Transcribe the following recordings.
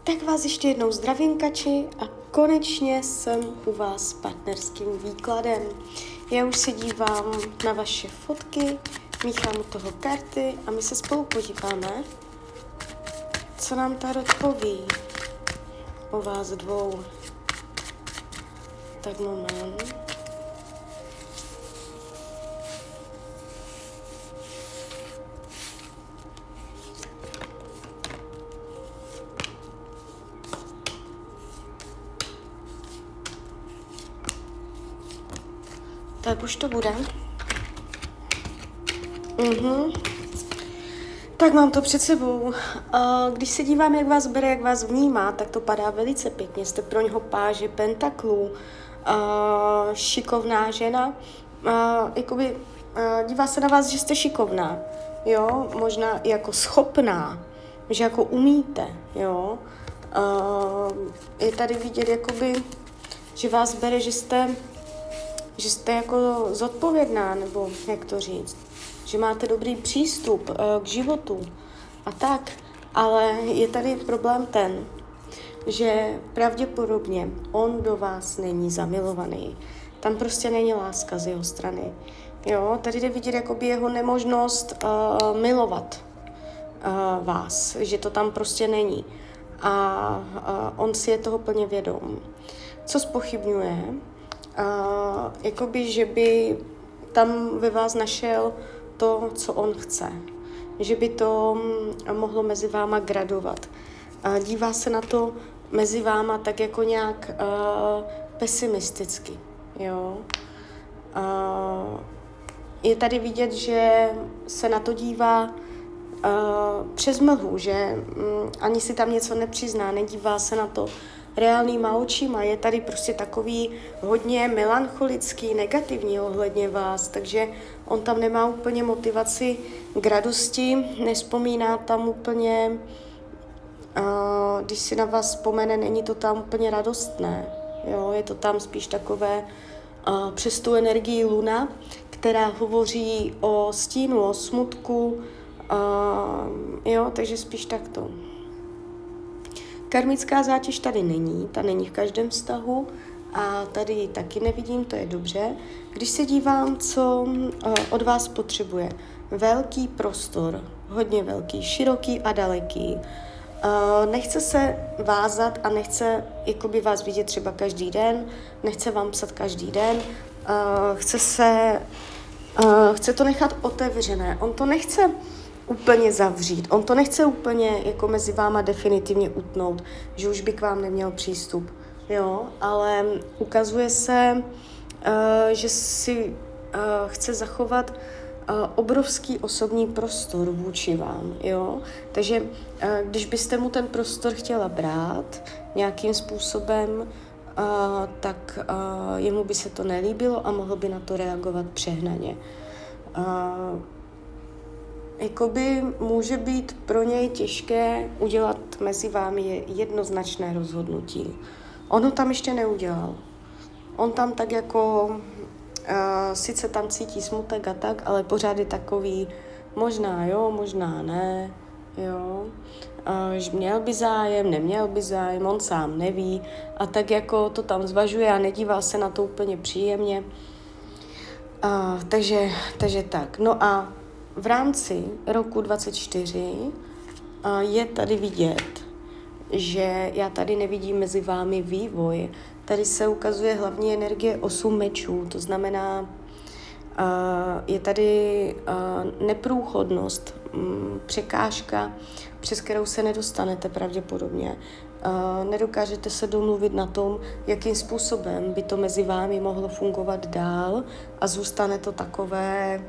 Tak vás ještě jednou zdravím, kači, a konečně jsem u vás s partnerským výkladem. Já už se dívám na vaše fotky, míchám u toho karty a my se spolu podíváme, co nám tarot poví o vás dvou. Tak moment. Tak už to bude. Tak mám to před sebou. Když se dívám, jak vás bere, jak vás vnímá, tak to padá velice pěkně. Jste pro něho páže pentaklů, šikovná žena. Dívá se na vás, že jste šikovná, jo? Možná i jako schopná, že jako umíte, jo? Je tady vidět, jakoby, že vás bere, že jste jako zodpovědná, nebo jak to říct, že máte dobrý přístup k životu a tak, ale je tady problém ten, že pravděpodobně on do vás není zamilovaný. Tam prostě není láska z jeho strany. Jo, tady jde vidět jakoby jeho nemožnost milovat vás, že to tam prostě není. A on si je toho plně vědom. Co zpochybňuje? Jakoby, že by tam ve vás našel to, co on chce. Že by to mohlo mezi váma gradovat. Dívá se na to mezi váma tak jako nějak pesimisticky. Jo? Je tady vidět, že se na to dívá přes mlhu, že ani si tam něco nepřizná, nedívá se na to reálnýma očima, je tady prostě takový hodně melancholický, negativní ohledně vás, takže on tam nemá úplně motivaci k radosti, nespomíná tam úplně, když si na vás vzpomene, není to tam úplně radostné, jo? Je to tam spíš takové přes tu energii luna, která hovoří o stínu, o smutku, jo, takže spíš takto. Karmická zátěž tady není, ta není v každém vztahu a tady ji taky nevidím, to je dobře. Když se dívám, co od vás potřebuje, velký prostor, hodně velký, široký a daleký. Nechce se vázat a nechce jakoby vás vidět třeba každý den, nechce vám psat každý den, chce to nechat otevřené, on to nechce úplně zavřít. On to nechce úplně jako mezi váma definitivně utnout, že už by k vám neměl přístup, jo, ale ukazuje se, že si chce zachovat obrovský osobní prostor vůči vám, jo, takže když byste mu ten prostor chtěla brát nějakým způsobem, tak jemu by se to nelíbilo a mohl by na to reagovat přehnaně. Jakoby může být pro něj těžké udělat mezi vámi jednoznačné rozhodnutí. On ho tam ještě neudělal. On tam tak jako, sice tam cítí smutek a tak, ale pořád je takový, možná jo, možná ne, jo. Že měl by zájem, neměl by zájem, on sám neví a tak jako to tam zvažuje a nedívá se na to úplně příjemně. Takže tak. No a v rámci roku 2024 je tady vidět, že já tady nevidím mezi vámi vývoj. Tady se ukazuje hlavní energie 8 mečů, to znamená, je tady neprůchodnost, překážka, přes kterou se nedostanete pravděpodobně. Nedokážete se domluvit na tom, jakým způsobem by to mezi vámi mohlo fungovat dál a zůstane to takové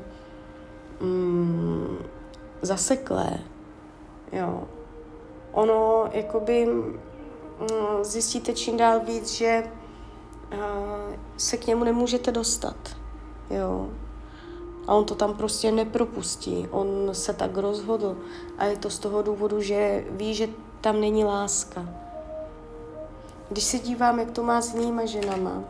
zaseklé, jo. Ono, jakoby, zjistíte čím dál víc, že se k němu nemůžete dostat, jo. A on to tam prostě nepropustí, on se tak rozhodl a je to z toho důvodu, že ví, že tam není láska. Když se dívám, jak to má s jinýma ženama,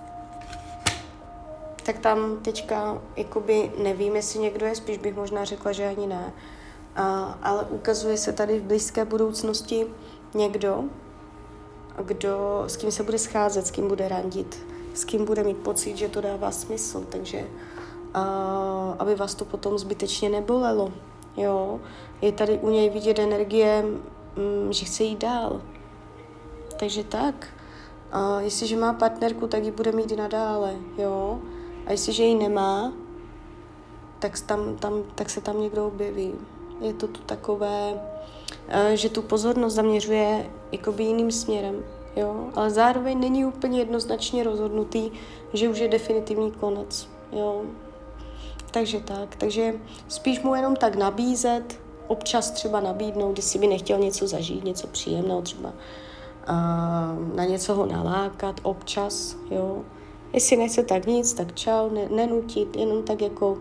tak tam teďka jakoby nevím, jestli někdo je, spíš bych možná řekla, že ani ne. Ale ukazuje se tady v blízké budoucnosti někdo, s kým se bude scházet, s kým bude randit, s kým bude mít pocit, že to dává smysl, takže aby vás to potom zbytečně nebolelo. Jo? Je tady u něj vidět energie, že chce jít dál. Takže tak. Jestliže má partnerku, tak ji bude mít i nadále. Jo? A jestliže ji nemá, tak se tam někdo objeví. Je to tu takové, že tu pozornost zaměřuje jakoby jiným směrem. Jo? Ale zároveň není úplně jednoznačně rozhodnutý, že už je definitivní konec. Jo? Takže tak. Takže spíš mu jenom tak nabízet, občas třeba nabídnout, když si by nechtěl něco zažít, něco příjemného třeba, na něco ho nalákat občas, jo. Jestli nechce tak nic, tak čau, nenutit, jenom tak jako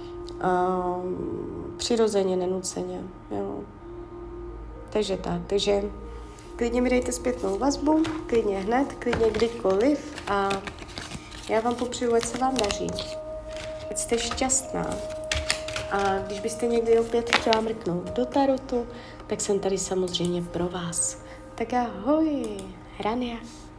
přirozeně, nenuceně, jo. Takže tak, takže klidně mi dejte zpětnou vazbu, klidně hned, klidně kdykoliv a já vám popřeju, ať se vám daří, ať jste šťastná. A když byste někdy opět chtěla mrknout do tarotu, tak jsem tady samozřejmě pro vás. Tak ahoj, Rania.